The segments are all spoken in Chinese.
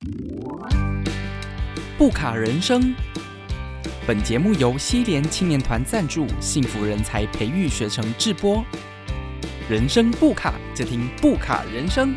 不卡人生。本节目由西联青年团赞助，幸福人才培育学程制播。人生不卡，就听不卡人生。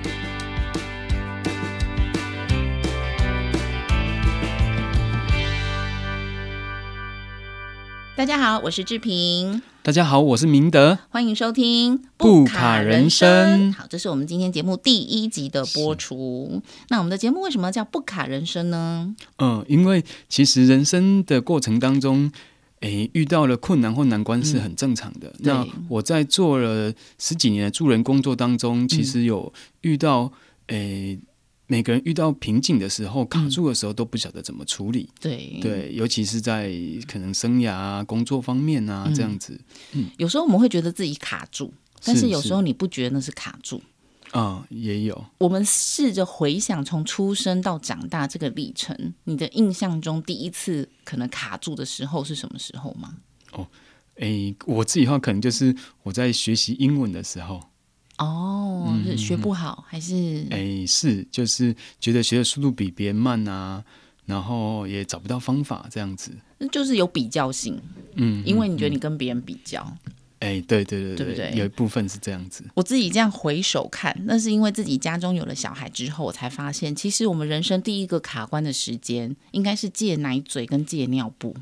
大家好，我是志平。 大家好，我是明德。 欢迎收听不卡人生。 好，这是我们今天节目第1集的播出。那我们的节目为什么叫不卡人生呢？ 因为其实人生的过程当中，遇到了困难或难关是很正常的。那我在做了10几年的助人工作当中，其实有遇到每个人遇到瓶颈的时候，卡住的时候都不晓得怎么处理。对，尤其是在可能生涯啊、工作方面啊这样子。 有时候我们会觉得自己卡住，但是有时候你不觉得那是卡住。 也有。我们试着回想从出生到长大这个历程，你的印象中第一次可能卡住的时候是什么时候吗？ 我自己的话可能就是我在学习英文的时候。 是学不好还是？ 是，就是觉得学的速度比别人慢啊，然后也找不到方法这样子。 就是有比较性，因为你觉得你跟别人比较。 对，对不对？有一部分是这样子。 我自己这样回首看，那是因为自己家中有了小孩之后，我才发现，其实我们人生第一个卡关的时间，应该是戒奶嘴跟戒尿布。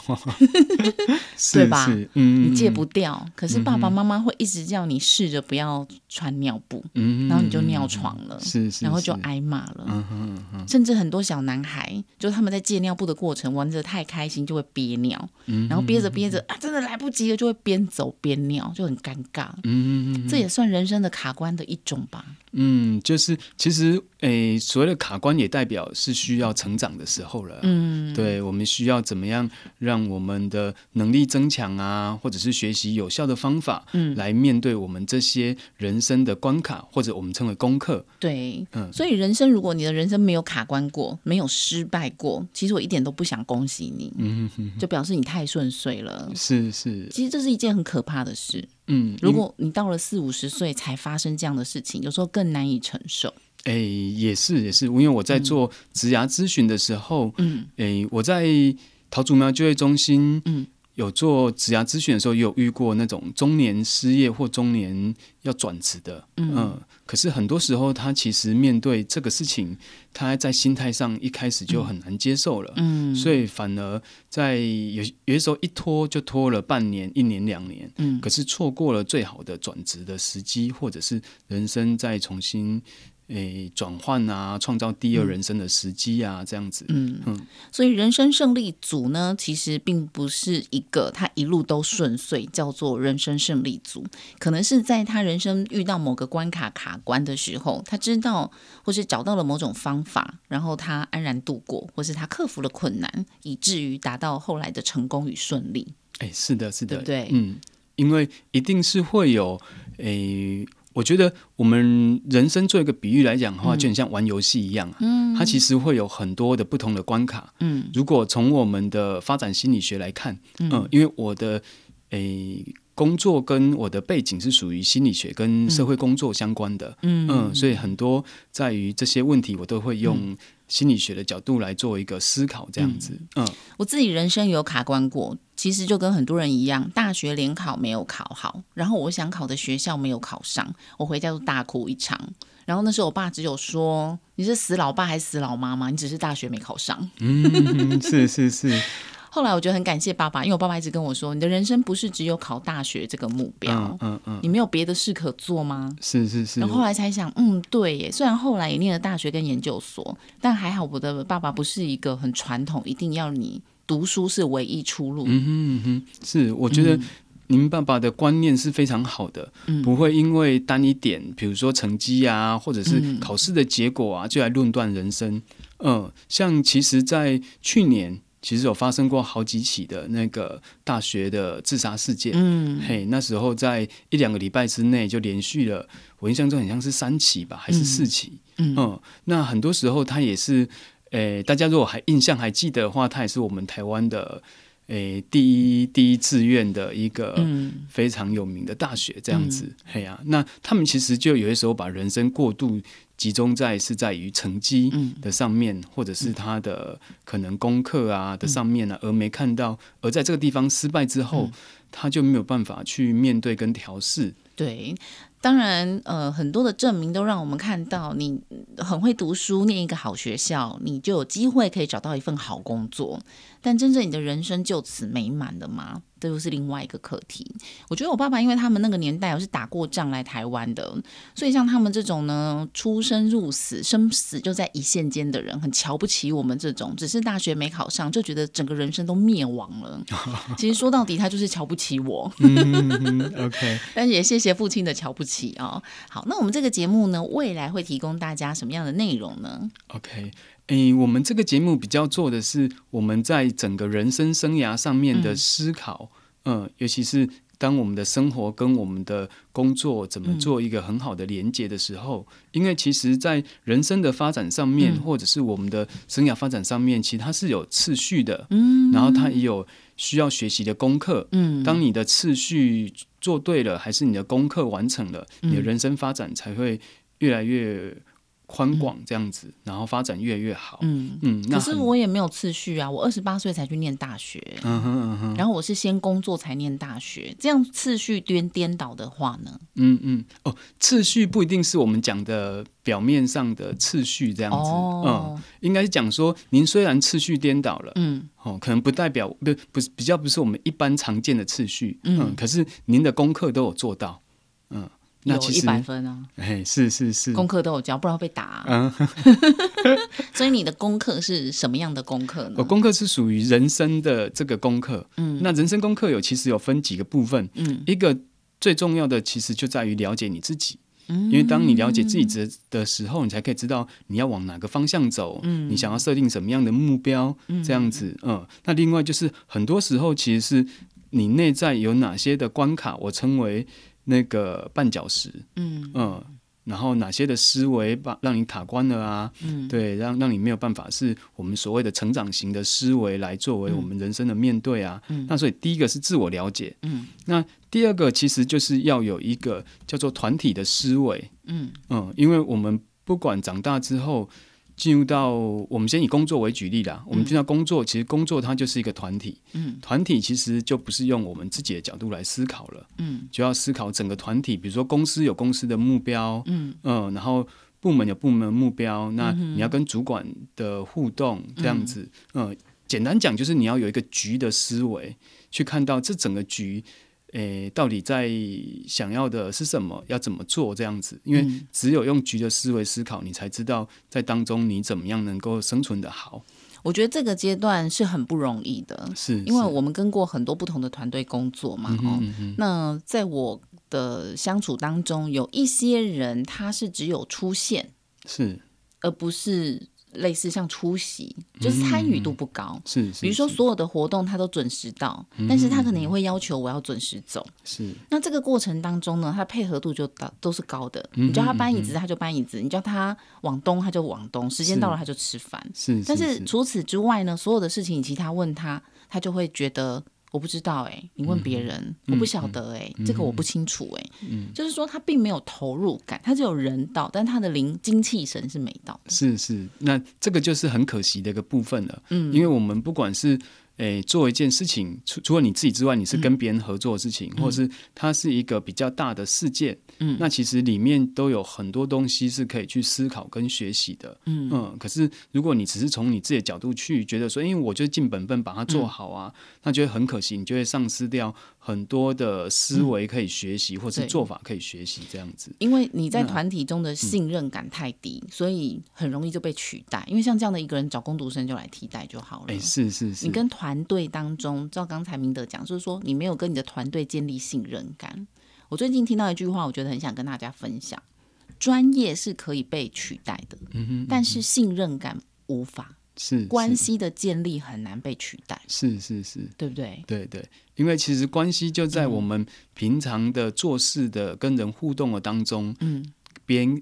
对吧？你戒不掉，可是爸爸妈妈会一直叫你试着不要穿尿布，然后你就尿床了，然后就挨骂了。甚至很多小男孩，就他们在戒尿布的过程玩得太开心，就会憋尿，然后憋着憋着真的来不及了，就会边走边尿，就很尴尬。这也算人生的卡关的一种吧。 就是其实所谓的卡关也代表是需要成长的时候了。对，我们需要怎么样让我们的能力增强啊，或者是学习有效的方法，来面对我们这些人生的关卡，或者我们称为功课。对，所以人生，如果你的人生没有卡关过，没有失败过，其实我一点都不想恭喜你。就表示你太顺遂了。是，其实这是一件很可怕的事。如果你到了40-50岁才发生这样的事情，有时候更难以承受。也是，因为我在做职涯咨询的时候，我在桃竹苗就业中心，有做职涯咨询的时候，也有遇过那种中年失业或中年要转职的。可是很多时候他其实面对这个事情，他在心态上一开始就很难接受了。所以反而在有些时候一拖就拖了半年、1年、2年，可是错过了最好的转职的时机，或者是人生再重新转换啊，创造第二人生的时机啊，这样子。所以人生胜利组呢，其实并不是一个他一路都顺遂叫做人生胜利组，可能是在他人生遇到某个关卡卡关的时候，他知道或是找到了某种方法，然后他安然度过，或是他克服了困难，以至于达到后来的成功与顺利。是的，对不对？因为一定是会有我觉得我们人生做一个比喻来讲的话，就很像玩游戏一样。它其实会有很多的不同的关卡。如果从我们的发展心理学来看，因为我的工作跟我的背景是属于心理学跟社会工作相关的。所以很多在于这些问题，我都会用心理学的角度来做一个思考，这样子。我自己人生有卡关过，其实就跟很多人一样，大学联考没有考好，然后我想考的学校没有考上，我回家就大哭一场。然后那时候我爸只有说：“你是死老爸还是死老妈吗？你只是大学没考上。”是。后来我觉得很感谢爸爸，因为我爸爸一直跟我说：“你的人生不是只有考大学这个目标，你没有别的事可做吗？”是。然后后来才想，对耶。虽然后来也念了大学跟研究所，但还好我的爸爸不是一个很传统，一定要你读书是唯一出路。是，我觉得您爸爸的观念是非常好的，不会因为单一点，比如说成绩啊，或者是考试的结果啊，就来论断人生。像其实在去年其实有发生过好几起的那个大学的自杀事件。那时候在1-2个礼拜之内就连续了，我印象中好像是3起吧，还是4起。那很多时候他也是大家如果印象还记得的话，他也是我们台湾的第一志愿的一个非常有名的大学这样子。那他们其实就有些时候把人生过度集中是在于成绩的上面，或者是他的可能功课啊的上面啊，而没看到，而在这个地方失败之后，他就没有办法去面对跟调试。 对，当然很多的证明都让我们看到你很会读书，念一个好学校，你就有机会可以找到一份好工作，但真正你的人生就此美满了吗？这又是另外一个课题。我觉得我爸爸因为他们那个年代是打过仗来台湾的，所以像他们这种呢出生入死，生死就在一线间的人，很瞧不起我们这种只是大学没考上就觉得整个人生都灭亡了。其实说到底他就是瞧不起我。 OK， 但是也谢谢父亲的瞧不起哦。好，那我们这个节目呢未来会提供大家什么样的内容呢？ OK，我们这个节目比较做的是我们在整个人生生涯上面的思考，尤其是当我们的生活跟我们的工作怎么做一个很好的连接的时候，因为其实在人生的发展上面，或者是我们的生涯发展上面，其实它是有次序的，然后它也有需要学习的功课，当你的次序做对了，还是你的功课完成了，你的人生发展才会越来越宽广这样子，然后发展越来越好。 可是我也没有次序啊，我28岁才去念大学，然后我是先工作才念大学，这样次序颠倒的话呢？ 次序不一定是我们讲的表面上的次序这样子，应该是讲说您虽然次序颠倒了，可能不代表比较不是我们一般常见的次序，可是您的功课都有做到， 有100分啊！ 是， 功课都有交，不然会被打所以你的功课是什么样的功课呢？ 我功课是属于人生的这个功课。那人生功课其实有分几个部分。一个最重要的其实就在于了解你自己。因为当你了解自己的时候，你才可以知道你要往哪个方向走，你想要设定什么样的目标，这样子。那另外就是很多时候其实是你内在有哪些的关卡，我称为那个绊脚石，然后哪些的思维让你卡关了啊？对，让你没有办法是我们所谓的成长型的思维来作为我们人生的面对啊。那所以第一个是自我了解，那第二个其实就是要有一个叫做团体的思维，因为我们不管长大之后。进入到我们先以工作为举例啦，我们进到工作，其实工作它就是一个团体，团体其实就不是用我们自己的角度来思考了，就要思考整个团体，比如说公司有公司的目标，然后部门有部门的目标，那你要跟主管的互动这样子，简单讲就是你要有一个局的思维去看到这整个局。到底在想要的是什么，要怎么做这样子，因为只有用局的思维思考，你才知道在当中你怎么样能够生存得好。 我觉得这个阶段是很不容易的，是因为我们跟过很多不同的团队工作嘛，那在我的相处当中，有一些人他是只有出现，是而不是类似像出席，就是参与度不高，是比如说所有的活动他都准时到，但是他可能也会要求我要准时走，是那这个过程当中呢，他配合度就都是高的，你叫他搬椅子他就搬椅子，你叫他往东他就往东，时间到了他就吃饭，是但是除此之外呢，所有的事情其他问他就会觉得我不知道你问别人，我不晓得这个我不清楚就是说他并没有投入感，他只有人到，但他的精气神是没到的。 是，那这个就是很可惜的一个部分了。因为我们不管是做一件事情，除了你自己之外，你是跟别人合作的事情，或者是它是一个比较大的事件，那其实里面都有很多东西是可以去思考跟学习的。可是如果你只是从你自己的角度去觉得说，因为我就尽本分把它做好啊，那就会很可惜，你就会丧失掉很多的思维可以学习，或是做法可以学习这样子。 因为你在团体中的信任感太低，所以很容易就被取代。因为像这样的一个人，找工读生就来替代就好了。是，你跟团队当中，照刚才明德讲，就是说你没有跟你的团队建立信任感。我最近听到一句话，我觉得很想跟大家分享：专业是可以被取代的，但是信任感无法。是关系的建立很难被取代，是，对不对？对， 因为其实关系就在我们平常的做事的跟人互动的当中，别人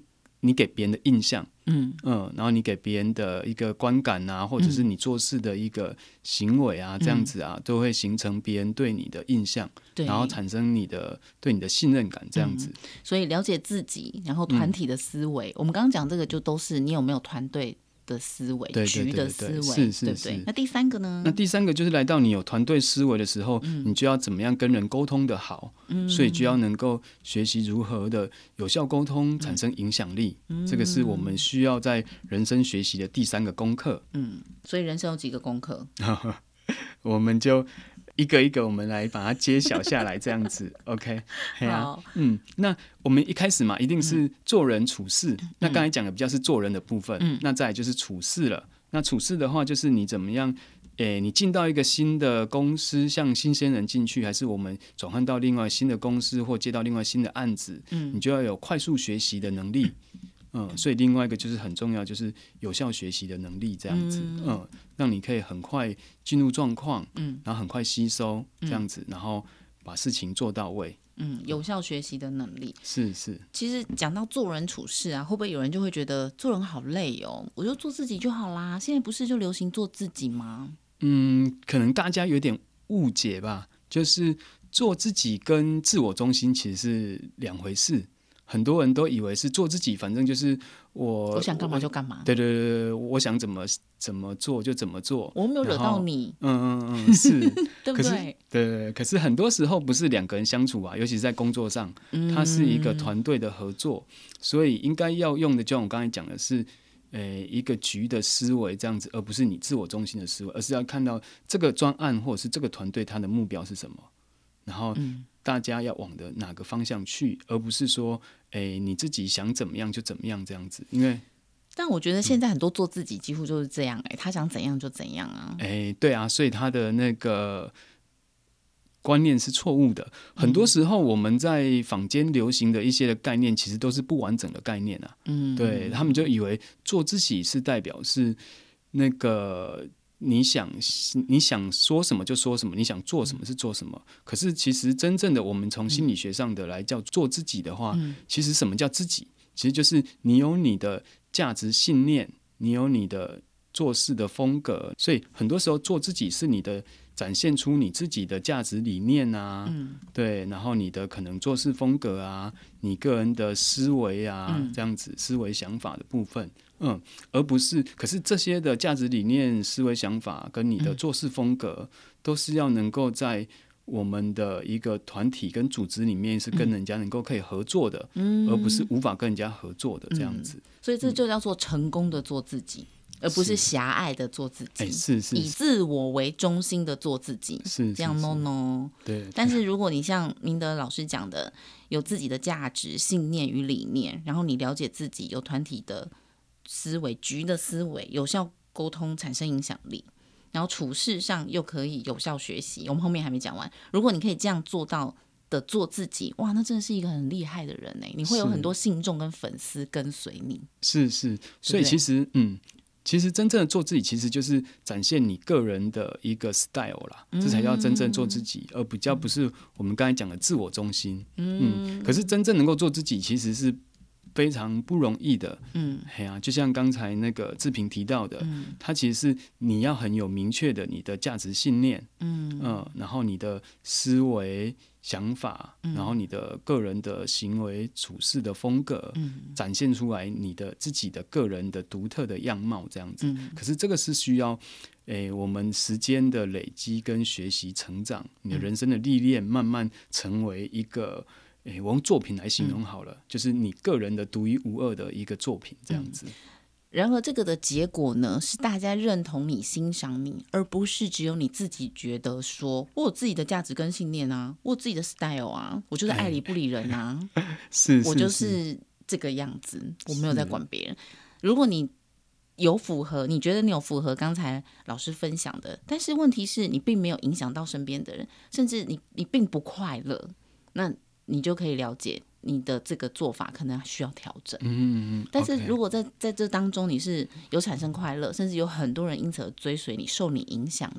你给别人的印象，然后你给别人的一个观感啊，或者是你做事的一个行为啊，这样子啊，都会形成别人对你的印象，然后产生对你的信任感，这样子。 所以了解自己，然后团体的思维，我们刚刚讲这个就都是你有没有团队的思维，局的思维，对不对？那第三个呢？ 那第三个就是来到你有团队思维的时候，你就要怎么样跟人沟通的好，所以就要能够学习如何的有效沟通，产生影响力。这个是我们需要在人生学习的第三个功课。 所以人生有几个功课？ 我们就一个一个我们来把它揭晓下来，这样子。OK， 好，那我们一开始嘛，一定是做人处事。那刚才讲的比较是做人的部分，那再来就是处事了。那处事的话，就是你怎么样？你进到一个新的公司，像新鲜人进去，还是我们转换到另外新的公司，或接到另外新的案子，你就要有快速学习的能力。所以另外一个就是很重要，就是有效学习的能力，这样子，让你可以很快进入状况，然后很快吸收，这样子，然后把事情做到位。 有效学习的能力是。 其实讲到做人处事啊，会不会有人就会觉得做人好累哦？我就做自己就好啦。现在不是就流行做自己吗？ 可能大家有点误解吧，就是做自己跟自我中心其实是两回事。很多人都以为是做自己，反正就是我想干嘛就干嘛。 对，我想怎么做就怎么做。 我没有惹到你。 是， 对不对？ 对。可是很多时候不是两个人相处啊，尤其是在工作上，它是一个团队的合作，所以应该要用的，就像我刚才讲的是，一个局的思维这样子，而不是你自我中心的思维，而是要看到这个专案或者是这个团队它的目标是什么，然后大家要往的哪个方向去，而不是说你自己想怎么样就怎么样这样子。因为但我觉得现在很多做自己几乎就是这样，他想怎样就怎样啊。 对啊，所以他的那个观念是错误的。很多时候我们在坊间流行的一些的概念，其实都是不完整的概念啊。对，他们就以为做自己是代表是那个你想说什么就说什么，你想做什么是做什么。可是其实真正的我们从心理学上的来叫做自己的话，其实什么叫自己？其实就是你有你的价值信念，你有你的做事的风格。所以很多时候做自己是你的展现出你自己的价值理念啊，对，然后你的可能做事风格啊，你个人的思维啊，这样子思维想法的部分。而不是，可是这些的价值理念、思维想法跟你的做事风格，都是要能够在我们的一个团体跟组织里面是跟人家能够可以合作的，而不是无法跟人家合作的这样子。 所以这就叫做成功的做自己，而不是狭隘的做自己。 是以自我为中心的做自己， 是这样 no。 对。 但是如果你像明德老师讲的，有自己的价值、信念与理念，然后你了解自己，有团体的思维、局的思维，有效沟通，产生影响力，然后处事上又可以有效学习。我们后面还没讲完，如果你可以这样做到的做自己，哇，那真的是一个很厉害的人欸，你会有很多信众跟粉丝跟随你。 是，所以其实真正的做自己，其实就是展现你个人的一个 style 啦，这才叫真正做自己，而比较不是我们刚才讲的自我中心。可是真正能够做自己，其实是非常不容易的。就像刚才那个志平提到的，它其实是你要很有明确的你的价值信念，然后你的思维想法，然后你的个人的行为处事的风格，展现出来你的自己的个人的独特的样貌这样子。可是这个是需要我们时间的累积跟学习成长，你的人生的历练慢慢成为一个我用作品来形容好了，就是你个人的独一无二的一个作品这样子。 然而这个的结果呢，是大家认同你、欣赏你，而不是只有你自己觉得说我有自己的价值跟信念啊，我有自己的 style 啊，我就是爱理不理人啊，我就是这个样子，我没有在管别人。如果你有符合，你觉得你有符合刚才老师分享的，但是问题是你并没有影响到身边的人，甚至你并不快乐，那你就可以了解你的这个做法可能需要调整。但是如果在这当中你是有产生快乐，甚至有很多人因此而追随你、受你影响的，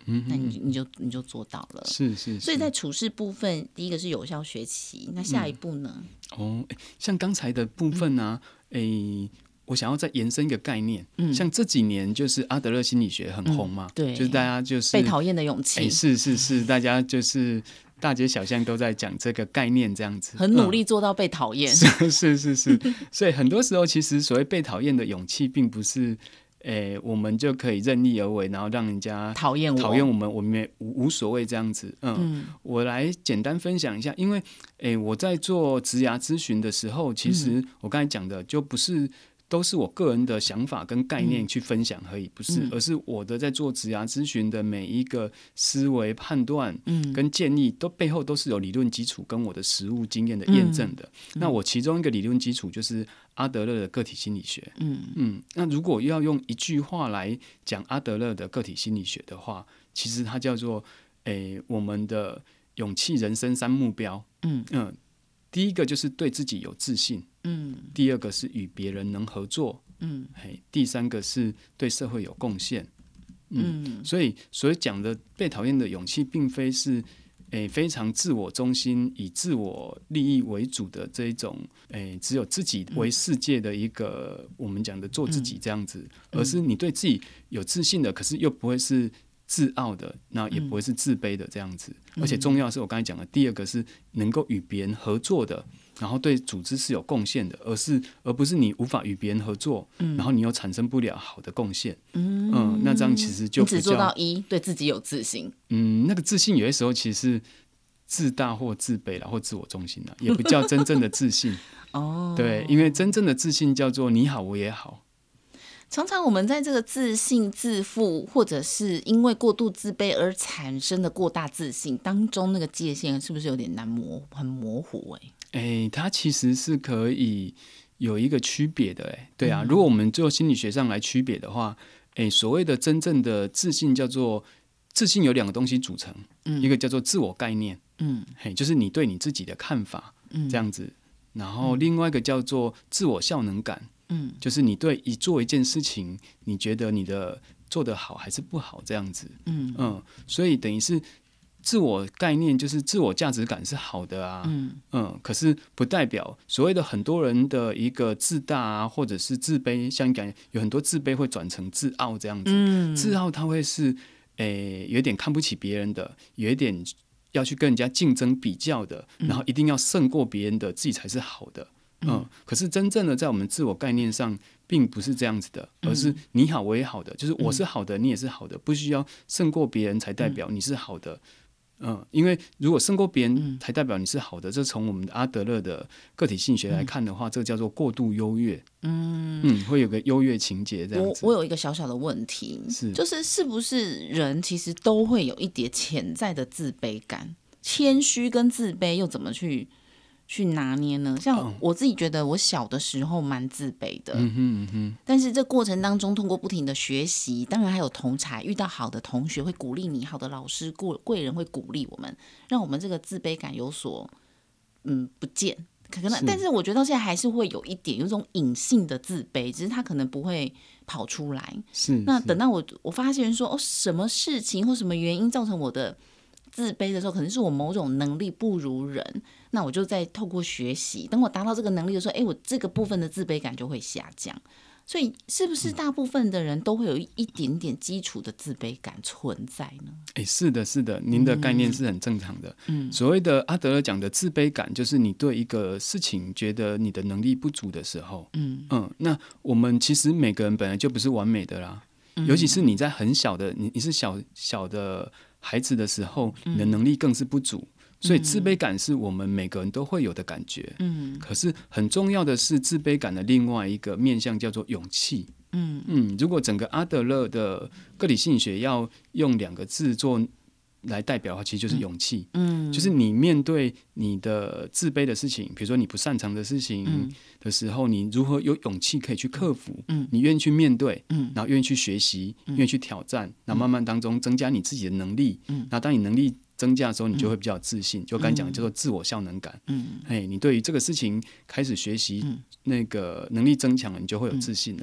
那你就做到了。 是。 所以在处事部分，第一个是有效学习，那下一步呢？ 像刚才的部分呢，我想要再延伸一个概念，像这几年就是阿德勒心理学很红嘛， 对， 就是大家就是被讨厌的勇气， 是，大家就是大街小巷都在讲这个概念，这样子， 很努力做到被讨厌， 是，所以很多时候其实所谓被讨厌的勇气，并不是。我们就可以任意而为，然后让人家讨厌我们，我们也无所谓这样子。我来简单分享一下，因为我在做职涯咨询的时候，其实我刚才讲的就不是都是我个人的想法跟概念去分享而已，不是，而是我的在做职涯咨询的每一个思维判断跟建议，都背后都是有理论基础跟我的实务经验的验证的。那我其中一个理论基础就是阿德勒的个体心理学。那如果要用一句话来讲阿德勒的个体心理学的话，其实它叫做我们的勇气人生3目标。第一个就是对自己有自信，第二个是与别人能合作，第三个是对社会有贡献。所以所讲的被讨厌的勇气，并非是非常自我中心、以自我利益为主的这一种只有自己为世界的一个我们讲的做自己这样子，而是你对自己有自信的，可是又不会是自傲的，那也不会是自卑的这样子。而且重要的是我刚才讲的第二个是能够与别人合作的，然后对组织是有贡献的，而不是你无法与别人合作，然后你又产生不了好的贡献。那这样其实就你只做到一，对自己有自信。 那个自信有些时候其实是自大或自卑啦，或自我中心啦，也不叫真正的自信。对，因为真正的自信叫做你好我也好。 常常我们在这个自信自负，或者是因为过度自卑而产生的过大自信当中，那个界限是不是有点很模糊？ 它其实是可以有一个区别的。对啊，如果我们就心理学上来区别的话，所谓的真正的自信叫做自信有2个东西组成，一个叫做自我概念，就是你对你自己的看法，这样子，然后另外一个叫做自我效能感。就是你对做一件事情，你觉得你的做得好还是不好这样子。所以等于是自我概念就是自我价值感是好的啊。可是不代表所谓的很多人的一个自大啊，或者是自卑，像感觉有很多自卑会转成自傲这样子。自傲它会是有点看不起别人的，有一点要去跟人家竞争比较的，然后一定要胜过别人的，自己才是好的。可是真正的在我们自我概念上并不是这样子的，而是你好我也好的，就是我是好的你也是好的，不需要胜过别人才代表你是好的。因为如果胜过别人才代表你是好的，这从我们的阿德勒的个体心理学来看的话，这个叫做过度优越。会有个优越情节这样子。 我有一个小小的问题，是不是人其实都会有一点潜在的自卑感？谦虚跟自卑又怎么去拿捏呢？像我自己觉得我小的时候蛮自卑的，但是这过程当中通过不停的学习，当然还有同侪，遇到好的同学会鼓励你，好的老师贵人会鼓励我们，让我们这个自卑感有所不见。可能但是我觉得到现在还是会有一点有一种隐性的自卑，只是他可能不会跑出来。那等到我发现说什么事情或什么原因造成我的自卑的时候，可能是我某种能力不如人，那我就再透过学习，等我达到这个能力的时候，我这个部分的自卑感就会下降。所以是不是大部分的人都会有一点点基础的自卑感存在呢？ 是的，您的概念是很正常的。所谓的阿德勒讲的自卑感，就是你对一个事情觉得你的能力不足的时候。那我们其实每个人本来就不是完美的啦，尤其是你在很小的你是小的孩子的时候，你的能力更是不足。所以自卑感是我们每个人都会有的感觉。可是很重要的是自卑感的另外一个面向叫做勇气。如果整个阿德勒的个体心理学要用2个字做来代表的话，其实就是勇气。就是你面对你的自卑的事情，比如说你不擅长的事情的时候，你如何有勇气可以去克服。你愿意去面对，然后愿意去学习，愿意去挑战，然后慢慢当中增加你自己的能力。然后当你能力增加的时候，你就会比较有自信。就刚才讲的叫做自我效能感。你对于这个事情开始学习，那个能力增强了，你就会有自信了。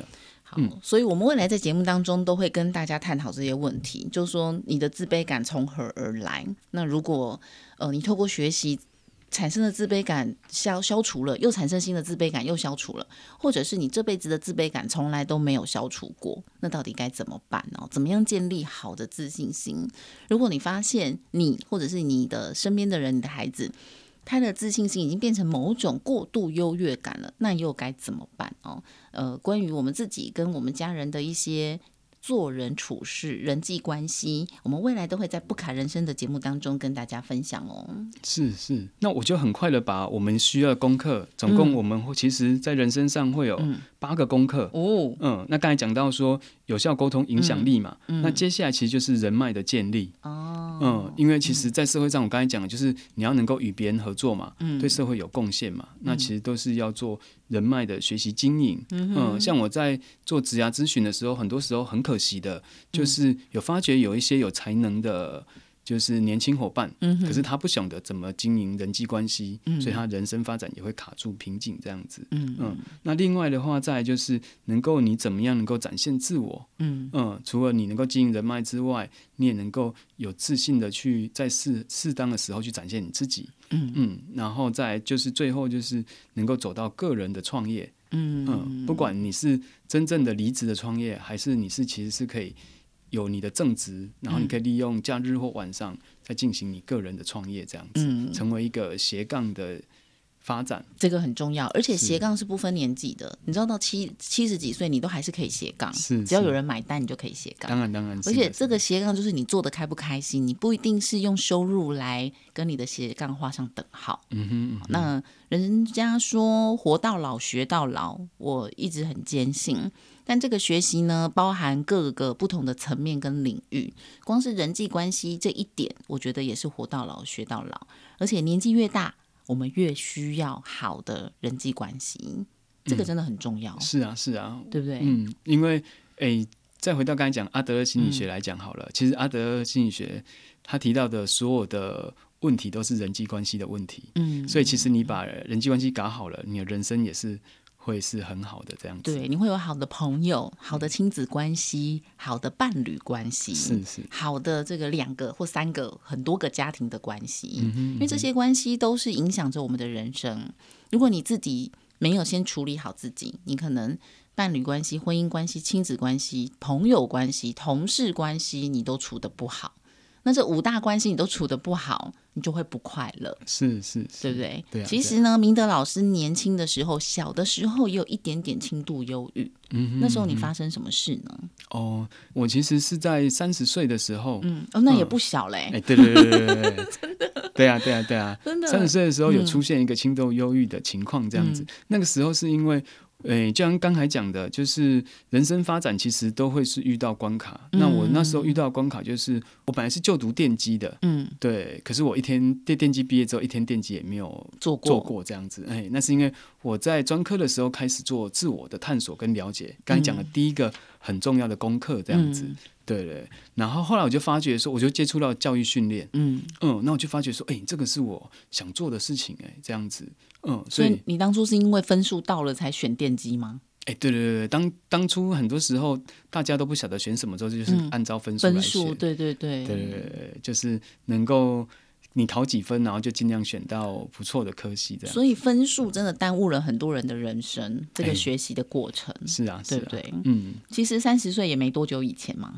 好，所以我们未来在节目当中都会跟大家探讨这些问题，就是说你的自卑感从何而来。那如果你透过学习产生的自卑感消除了，又产生新的自卑感又消除了，或者是你这辈子的自卑感从来都没有消除过，那到底该怎么办呢？怎么样建立好的自信心？如果你发现你或者是你的身边的人，你的孩子，他的自信心已经变成某种过度优越感了，那又该怎么办哦？关于我们自己跟我们家人的一些做人处事、人际关系，我们未来都会在不卡人生的节目当中跟大家分享哦。 是，那我就很快的把我们需要的功课，总共我们其实在人生上会有8个功课。那刚才讲到说有效沟通影响力嘛，那接下来其实就是人脉的建立。因为其实在社会上我刚才讲的就是你要能够与别人合作嘛，对社会有贡献嘛，那其实都是要做人脉的学习经营。像我在做职涯咨询的时候，很多时候很可惜的就是有发觉有一些有才能的就是年轻伙伴，可是他不晓得怎么经营人际关系，所以他人生发展也会卡住瓶颈这样子。那另外的话再来就是能够你怎么样能够展现自我。除了你能够经营人脉之外，你也能够有自信的去在适当的时候去展现你自己。然后再来就是最后就是能够走到个人的创业。不管你是真正的离职的创业，还是你是其实是可以有你的正职，然后你可以利用假日或晚上再进行你个人的创业，这样子，成为一个斜杠的发展， 这个很重要。而且斜杠是不分年纪的，你知道到70几岁你都还是可以斜杠，只要有人买单你就可以斜杠。 当然， 而且这个斜杠就是你做的开不开心，你不一定是用收入来跟你的斜杠画上等号。那人家说活到老学到老，我一直很坚信。但这个学习呢，包含各个不同的层面跟领域，光是人际关系这一点，我觉得也是活到老学到老。而且年纪越大，我们越需要好的人际关系，这个真的很重要。 是啊， 对不对？ 因为再回到刚才讲阿德勒心理学来讲好了，其实阿德勒心理学他提到的所有的问题都是人际关系的问题。所以其实你把人际关系搞好了，你的人生也是会是很好的这样子。 对，你会有好的朋友，好的亲子关系，好的伴侣关系， 是好的这个2个或3个很多个家庭的关系。因为这些关系都是影响着我们的人生。如果你自己没有先处理好自己，你可能伴侣关系、婚姻关系、亲子关系、朋友关系、同事关系你都处得不好，那这5大关系你都处得不好，你就会不快乐。 是对不对？ 对啊。 其实呢，明德老师年轻的时候，小的时候也有一点点轻度忧郁。那时候你发生什么事呢？ 我其实是在30岁的时候。 那也不小嘞。 对真的。对啊，真的。30岁的时候有出现一个轻度忧郁的情况，这样子。那个时候是因为就像刚才讲的，就是人生发展其实都会是遇到关卡。那我那时候遇到的关卡就是我本来是就读电机的。对，可是我电机毕业之后一天电机也没有做过这样子。那是因为我在专科的时候开始做自我的探索跟了解，刚才讲的第一个很重要的功课这样子。对，然后后来我就发觉说，我就接触到教育训练。那我就发觉说，这个是我想做的事情。这样子。 所以你当初是因为分数到了才选电机吗？ 对，当初很多时候大家都不晓得选什么之后，就是按照分数来选。对，就是能够你考几分，然后就尽量选到不错的科系这样。 所以分数真的耽误了很多人的人生，这个学习的过程。 是啊， 对不对？其实30岁也没多久以前嘛。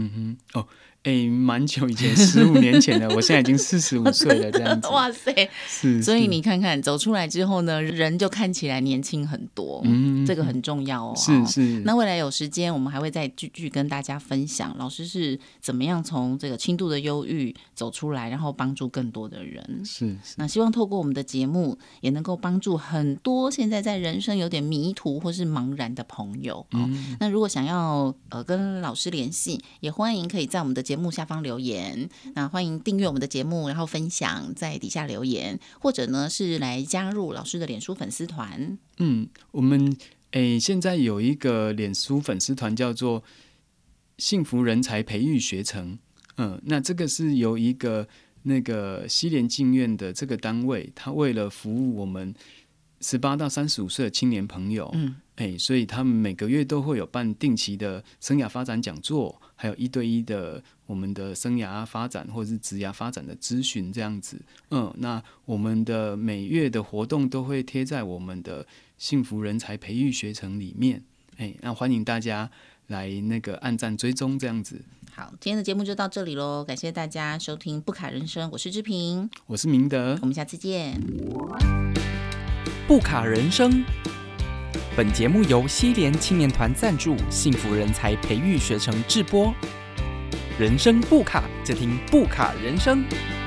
蛮久以前，15年前了。我现在已经45岁了，这样子。 哇塞！所以你看看走出来之后呢，人就看起来年轻很多。这个很重要哦。 是。 那未来有时间，我们还会再继续跟大家分享老师是怎么样从这个轻度的忧郁走出来，然后帮助更多的人。 是。 那希望透过我们的节目，也能够帮助很多现在在人生有点迷途或是茫然的朋友。那如果想要跟老师联系，也欢迎可以在我们的节目下方留言。那欢迎订阅我们的节目，然后分享在底下留言，或者呢是来加入老师的脸书粉丝团。 我们现在有一个脸书粉丝团叫做幸福人才培育学程。那这个是由一个那个西联进院的这个单位，他为了服务我们18到35岁的青年朋友， 所以他们每个月都会有办定期的生涯发展讲座，还有1对1的我们的生涯发展或者是职涯发展的咨询这样子。那我们的每月的活动都会贴在我们的幸福人才培育学程里面。那欢迎大家来那个按赞追踪这样子。 好，今天的节目就到这里咯，感谢大家收听不卡人生，我是志平， 我是明德， 我们下次见。 不卡人生，本节目由西联青年团赞助，幸福人才培育学程制播。人生不卡，就听不卡人生。